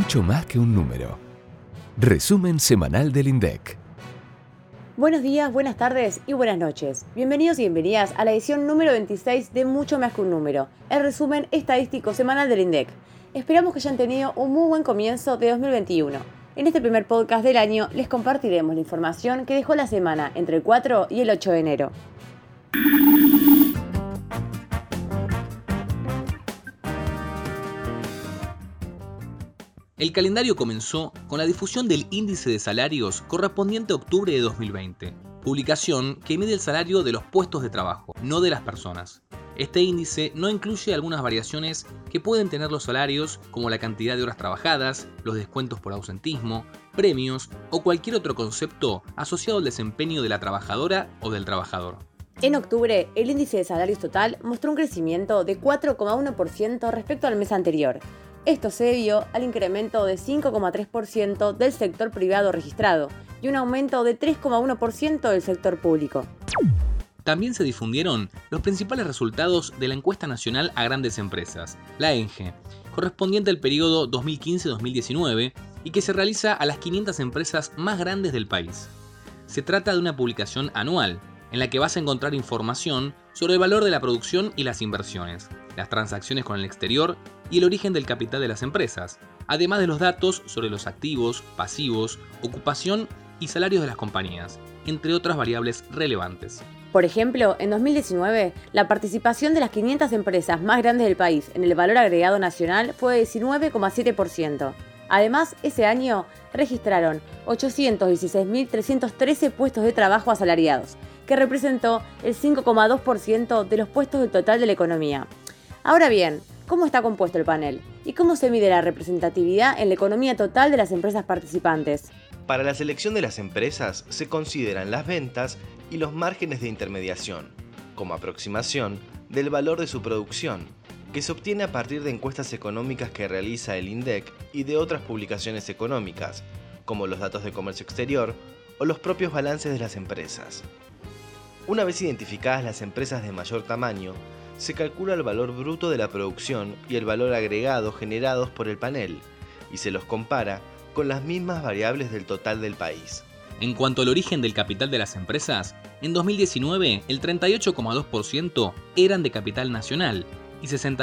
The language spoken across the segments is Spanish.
mucho más que un número. Resumen semanal del INDEC. Buenos días, buenas tardes y buenas noches. Bienvenidos y bienvenidas a la edición número 26 de Mucho más que un número, el resumen estadístico semanal del INDEC. Esperamos que hayan tenido un muy buen comienzo de 2021. En este primer podcast del año les compartiremos la información que dejó la semana entre el 4 y el 8 de enero. El calendario comenzó con la difusión del índice de salarios correspondiente a octubre de 2020, publicación que mide el salario de los puestos de trabajo, no de las personas. Este índice no incluye algunas variaciones que pueden tener los salarios, como la cantidad de horas trabajadas, los descuentos por ausentismo, premios o cualquier otro concepto asociado al desempeño de la trabajadora o del trabajador. En octubre, el índice de salarios total mostró un crecimiento de 4,1% respecto al mes anterior. Esto se debió al incremento de 5,3% del sector privado registrado y un aumento de 3,1% del sector público. También se difundieron los principales resultados de la encuesta nacional a grandes empresas, la ENGE, correspondiente al periodo 2015-2019 y que se realiza a las 500 empresas más grandes del país. Se trata de una publicación anual, en la que vas a encontrar información sobre el valor de la producción y las inversiones, las transacciones con el exterior y el origen del capital de las empresas, además de los datos sobre los activos, pasivos, ocupación y salarios de las compañías, entre otras variables relevantes. Por ejemplo, en 2019, la participación de las 500 empresas más grandes del país en el valor agregado nacional fue de 19,7%. Además, ese año registraron 816.313 puestos de trabajo asalariados, que representó el 5,2% de los puestos del total de la economía. Ahora bien, ¿cómo está compuesto el panel? ¿Y cómo se mide la representatividad en la economía total de las empresas participantes? Para la selección de las empresas se consideran las ventas y los márgenes de intermediación, como aproximación del valor de su producción, que se obtiene a partir de encuestas económicas que realiza el INDEC y de otras publicaciones económicas, como los datos de comercio exterior o los propios balances de las empresas. Una vez identificadas las empresas de mayor tamaño, se calcula el valor bruto de la producción y el valor agregado generados por el panel, y se los compara con las mismas variables del total del país. En cuanto al origen del capital de las empresas, en 2019 el 38,2% eran de capital nacional y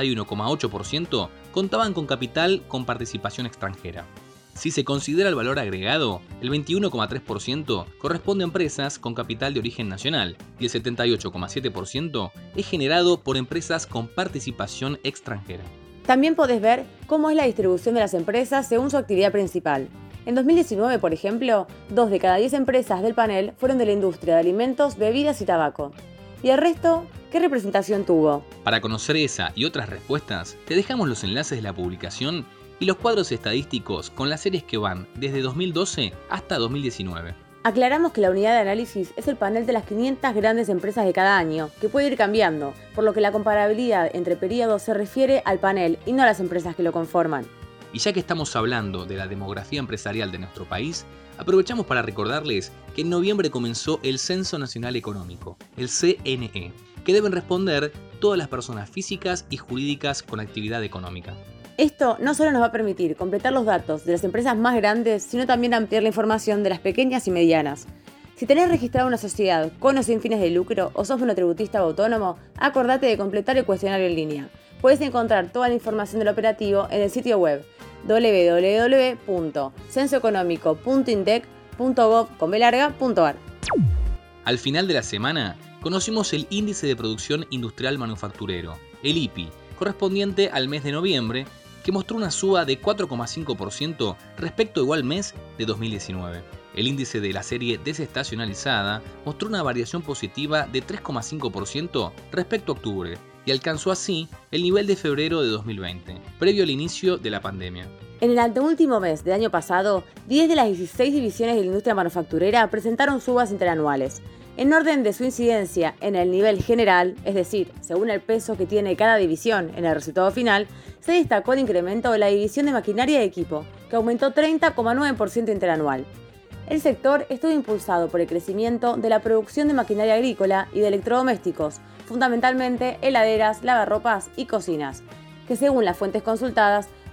61,8% contaban con capital con participación extranjera. Si se considera el valor agregado, el 21,3% corresponde a empresas con capital de origen nacional y el 78,7% es generado por empresas con participación extranjera. También podés ver cómo es la distribución de las empresas según su actividad principal. En 2019, por ejemplo, 2 de cada 10 empresas del panel fueron de la industria de alimentos, bebidas y tabaco. ¿Y el resto? ¿Qué representación tuvo? Para conocer esa y otras respuestas, te dejamos los enlaces de la publicación y los cuadros estadísticos con las series que van desde 2012 hasta 2019. Aclaramos que la unidad de análisis es el panel de las 500 grandes empresas de cada año, que puede ir cambiando, por lo que la comparabilidad entre periodos se refiere al panel y no a las empresas que lo conforman. Y ya que estamos hablando de la demografía empresarial de nuestro país, aprovechamos para recordarles que en noviembre comenzó el Censo Nacional Económico, el CNE, que deben responder todas las personas físicas y jurídicas con actividad económica. Esto no solo nos va a permitir completar los datos de las empresas más grandes, sino también ampliar la información de las pequeñas y medianas. Si tenés registrada una sociedad con o sin fines de lucro o sos monotributista o autónomo, acordate de completar el cuestionario en línea. Puedes encontrar toda la información del operativo en el sitio web www.censoeconómico.indec.gov.ar. Al final de la semana, conocimos el Índice de Producción Industrial Manufacturero, el IPI, correspondiente al mes de noviembre, que mostró una suba de 4,5% respecto al igual mes de 2019. El índice de la serie desestacionalizada mostró una variación positiva de 3,5% respecto a octubre y alcanzó así el nivel de febrero de 2020, previo al inicio de la pandemia. En el anteúltimo mes del año pasado, 10 de las 16 divisiones de la industria manufacturera presentaron subas interanuales. En orden de su incidencia en el nivel general, es decir, según el peso que tiene cada división en el resultado final, se destacó el incremento de la división de maquinaria y equipo, que aumentó 30,9% interanual. El sector estuvo impulsado por el crecimiento de la producción de maquinaria agrícola y de electrodomésticos, fundamentalmente heladeras, lavarropas y cocinas, que según las fuentes consultadas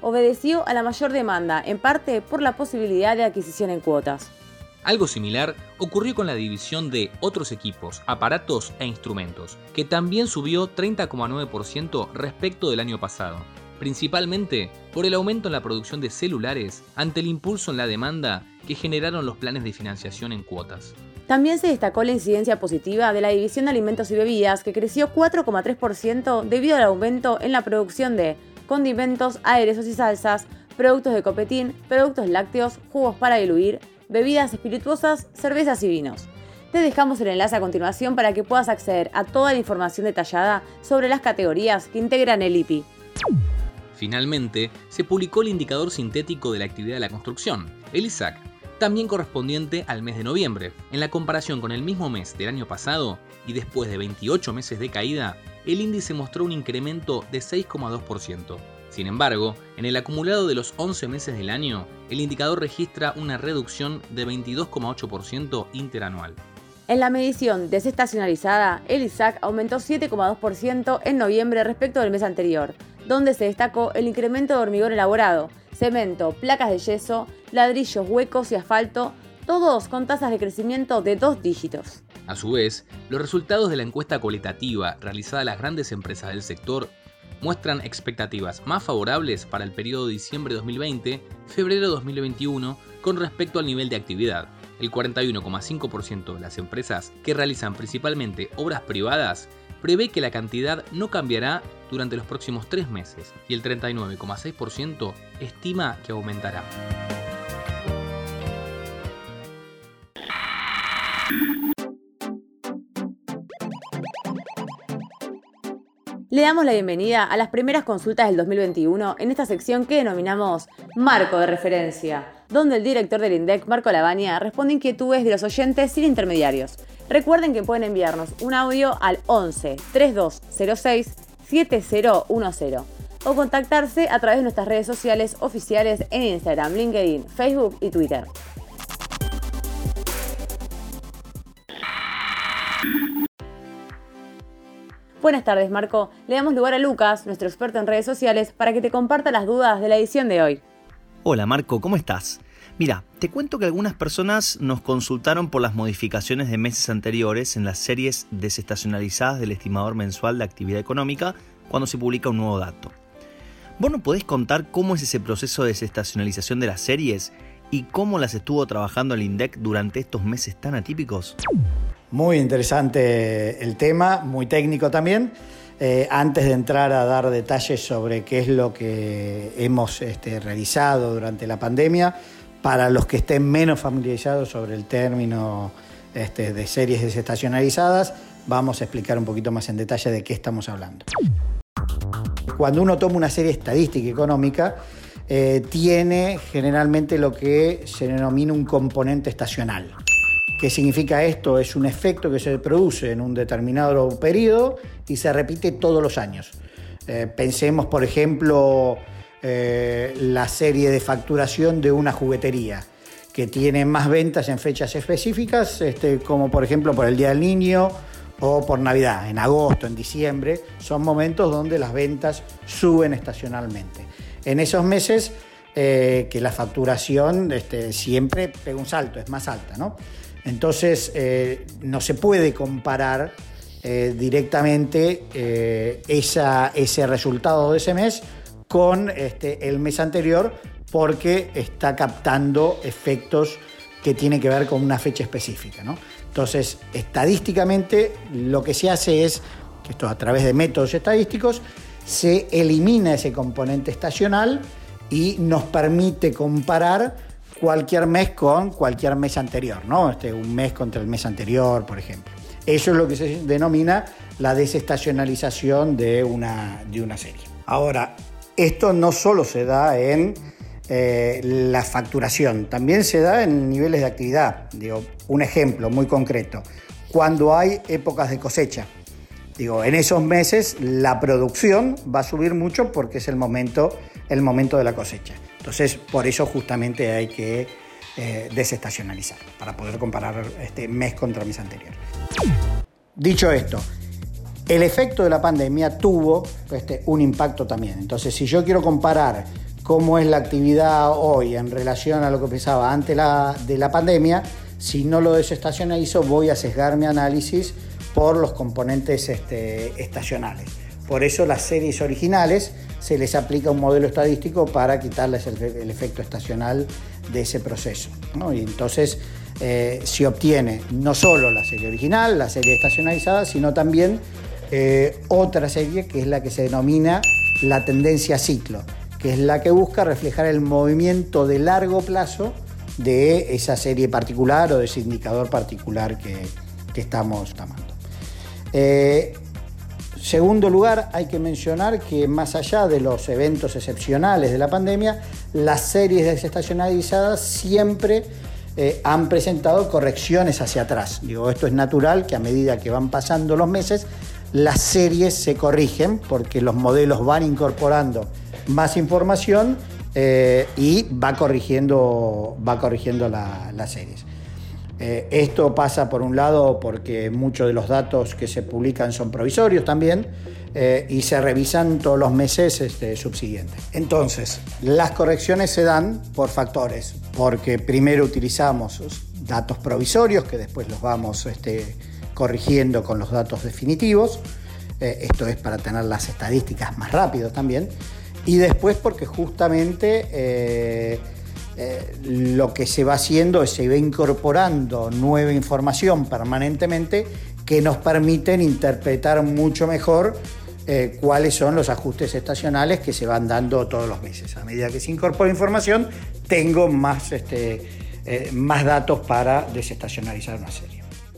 obedeció a la mayor demanda, en parte por la posibilidad de adquisición en cuotas. Algo similar ocurrió con la división de otros equipos, aparatos e instrumentos, que también subió 30,9% respecto del año pasado, principalmente por el aumento en la producción de celulares ante el impulso en la demanda que generaron los planes de financiación en cuotas. También se destacó la incidencia positiva de la división de alimentos y bebidas, que creció 4,3% debido al aumento en la producción de condimentos, aderezos y salsas, productos de copetín, productos lácteos, jugos para diluir, bebidas espirituosas, cervezas y vinos. Te dejamos el enlace a continuación para que puedas acceder a toda la información detallada sobre las categorías que integran el IPI. Finalmente, se publicó el indicador sintético de la actividad de la construcción, el ISAC, también correspondiente al mes de noviembre. En la comparación con el mismo mes del año pasado, y después de 28 meses de caída, el índice mostró un incremento de 6,2%. Sin embargo, en el acumulado de los 11 meses del año, el indicador registra una reducción de 22,8% interanual. En la medición desestacionalizada, el ISAC aumentó 7,2% en noviembre respecto del mes anterior, donde se destacó el incremento de hormigón elaborado, cemento, placas de yeso, ladrillos huecos y asfalto, todos con tasas de crecimiento de 2 dígitos. A su vez, los resultados de la encuesta cualitativa realizada a las grandes empresas del sector muestran expectativas más favorables para el periodo diciembre 2020-febrero 2021 con respecto al nivel de actividad. El 41,5% de las empresas que realizan principalmente obras privadas prevé que la cantidad no cambiará durante los próximos 3 meses y el 39,6% estima que aumentará. Le damos la bienvenida a las primeras consultas del 2021 en esta sección que denominamos Marco de Referencia, donde el director del INDEC, Marco Lavagna, responde inquietudes de los oyentes sin intermediarios. Recuerden que pueden enviarnos un audio al 11 3206 7010 o contactarse a través de nuestras redes sociales oficiales en Instagram, LinkedIn, Facebook y Twitter. Buenas tardes, Marco. Le damos lugar a Lucas, nuestro experto en redes sociales, para que te comparta las dudas de la edición de hoy. Hola, Marco, ¿cómo estás? Mira, te cuento que algunas personas nos consultaron por las modificaciones de meses anteriores en las series desestacionalizadas del estimador mensual de actividad económica cuando se publica un nuevo dato. ¿Vos nos podés contar cómo es ese proceso de desestacionalización de las series y cómo las estuvo trabajando el INDEC durante estos meses tan atípicos? Muy interesante el tema, muy técnico también. Antes de entrar a dar detalles sobre qué es lo que hemos realizado durante la pandemia, para los que estén menos familiarizados sobre el término de series desestacionalizadas, vamos a explicar un poquito más en detalle de qué estamos hablando. Cuando uno toma una serie estadística económica, tiene generalmente lo que se denomina un componente estacional. ¿Qué significa esto? Es un efecto que se produce en un determinado periodo y se repite todos los años. Pensemos, por ejemplo, la serie de facturación de una juguetería, que tiene más ventas en fechas específicas, como por ejemplo por el Día del Niño o por Navidad, en agosto, en diciembre. Son momentos donde las ventas suben estacionalmente. En esos meses que la facturación siempre pega un salto, es más alta, ¿no? Entonces, no se puede comparar directamente ese resultado de ese mes con el mes anterior, porque está captando efectos que tienen que ver con una fecha específica, ¿no? Entonces, estadísticamente, lo que se hace es, que esto a través de métodos estadísticos, se elimina ese componente estacional y nos permite comparar cualquier mes con cualquier mes anterior, ¿no? Un mes contra el mes anterior, por ejemplo. Eso es lo que se denomina la desestacionalización de una serie. Ahora, esto no solo se da en la facturación, también se da en niveles de actividad. Un ejemplo muy concreto, cuando hay épocas de cosecha. En esos meses la producción va a subir mucho porque es el momento de la cosecha. Entonces, por eso justamente hay que desestacionalizar, para poder comparar mes contra mes anterior. Dicho esto, el efecto de la pandemia tuvo un impacto también. Entonces, si yo quiero comparar cómo es la actividad hoy en relación a lo que pensaba antes de la pandemia. Si no lo desestacionalizo, voy a sesgar mi análisis por los componentes estacionales. Por eso las series originales se les aplica un modelo estadístico para quitarles el efecto estacional de ese proceso, ¿no? Y entonces se obtiene no solo la serie original, la serie estacionalizada, sino también otra serie que es la que se denomina la tendencia ciclo, que es la que busca reflejar el movimiento de largo plazo de esa serie particular o de ese indicador particular que estamos tomando. Segundo lugar, hay que mencionar que más allá de los eventos excepcionales de la pandemia, las series desestacionalizadas siempre han presentado correcciones hacia atrás. Esto es natural, que a medida que van pasando los meses, las series se corrigen porque los modelos van incorporando más información y va corrigiendo las series. Esto pasa por un lado porque muchos de los datos que se publican son provisorios también y se revisan todos los meses subsiguientes. Entonces, las correcciones se dan por factores, porque primero utilizamos datos provisorios que después los vamos corrigiendo con los datos definitivos. Esto es para tener las estadísticas más rápido también. Y después porque justamente lo que se va haciendo es se va incorporando nueva información permanentemente que nos permiten interpretar mucho mejor cuáles son los ajustes estacionales que se van dando todos los meses. A medida que se incorpora información, tengo más datos para desestacionalizar una serie.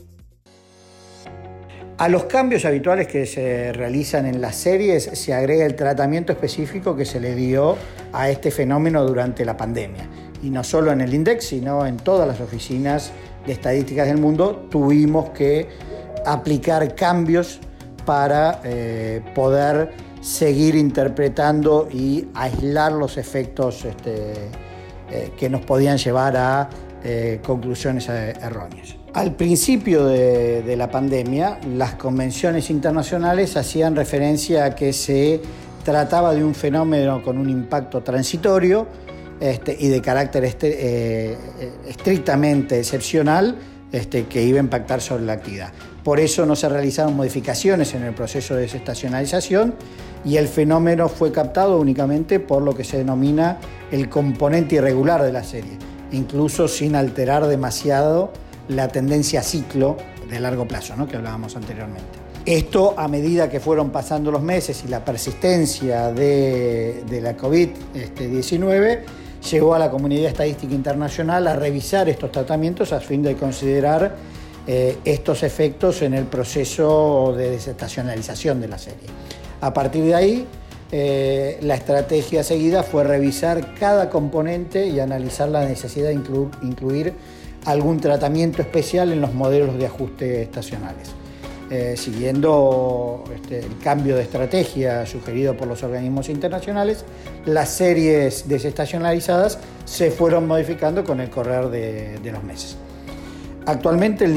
A los cambios habituales que se realizan en las series se agrega el tratamiento específico que se le dio a este fenómeno durante la pandemia. Y no solo en el INDEC, sino en todas las oficinas de estadísticas del mundo tuvimos que aplicar cambios para poder seguir interpretando y aislar los efectos que nos podían llevar a conclusiones erróneas. Al principio de la pandemia, las convenciones internacionales hacían referencia a que se trataba de un fenómeno con un impacto transitorio y de carácter estrictamente excepcional que iba a impactar sobre la actividad. Por eso no se realizaron modificaciones en el proceso de desestacionalización y el fenómeno fue captado únicamente por lo que se denomina el componente irregular de la serie, incluso sin alterar demasiado la tendencia ciclo de largo plazo, ¿no?, que hablábamos anteriormente. Esto, a medida que fueron pasando los meses y la persistencia de la COVID-19, llevó a la comunidad estadística internacional a revisar estos tratamientos a fin de considerar estos efectos en el proceso de desestacionalización de la serie. A partir de ahí, la estrategia seguida fue revisar cada componente y analizar la necesidad de incluir algún tratamiento especial en los modelos de ajuste estacionales. Siguiendo el cambio de estrategia sugerido por los organismos internacionales, las series desestacionalizadas se fueron modificando con el correr de los meses. Actualmente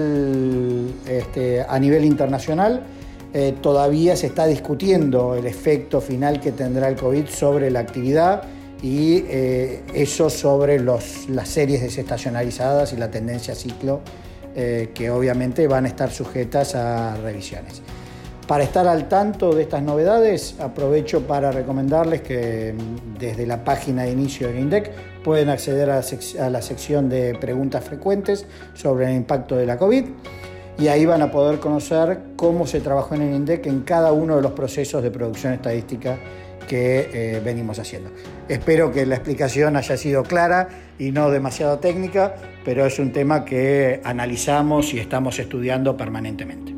a nivel internacional todavía se está discutiendo el efecto final que tendrá el COVID sobre la actividad y eso sobre las series desestacionalizadas y la tendencia ciclo, que obviamente van a estar sujetas a revisiones. Para estar al tanto de estas novedades, aprovecho para recomendarles que desde la página de inicio del INDEC pueden acceder a la sección de preguntas frecuentes sobre el impacto de la COVID y ahí van a poder conocer cómo se trabajó en el INDEC en cada uno de los procesos de producción estadística que venimos haciendo. Espero que la explicación haya sido clara y no demasiado técnica, pero es un tema que analizamos y estamos estudiando permanentemente.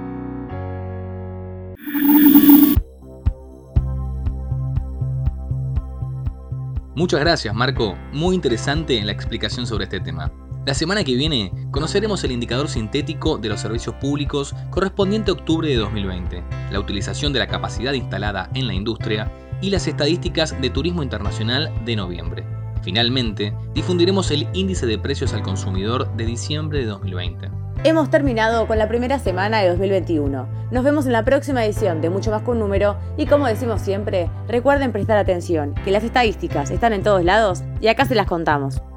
Muchas gracias, Marco. Muy interesante la explicación sobre este tema. La semana que viene conoceremos el indicador sintético de los servicios públicos correspondiente a octubre de 2020, la utilización de la capacidad instalada en la industria y las estadísticas de turismo internacional de noviembre. Finalmente, difundiremos el índice de precios al consumidor de diciembre de 2020. Hemos terminado con la primera semana de 2021. Nos vemos en la próxima edición de Mucho Más que un Número y como decimos siempre, recuerden prestar atención, que las estadísticas están en todos lados y acá se las contamos.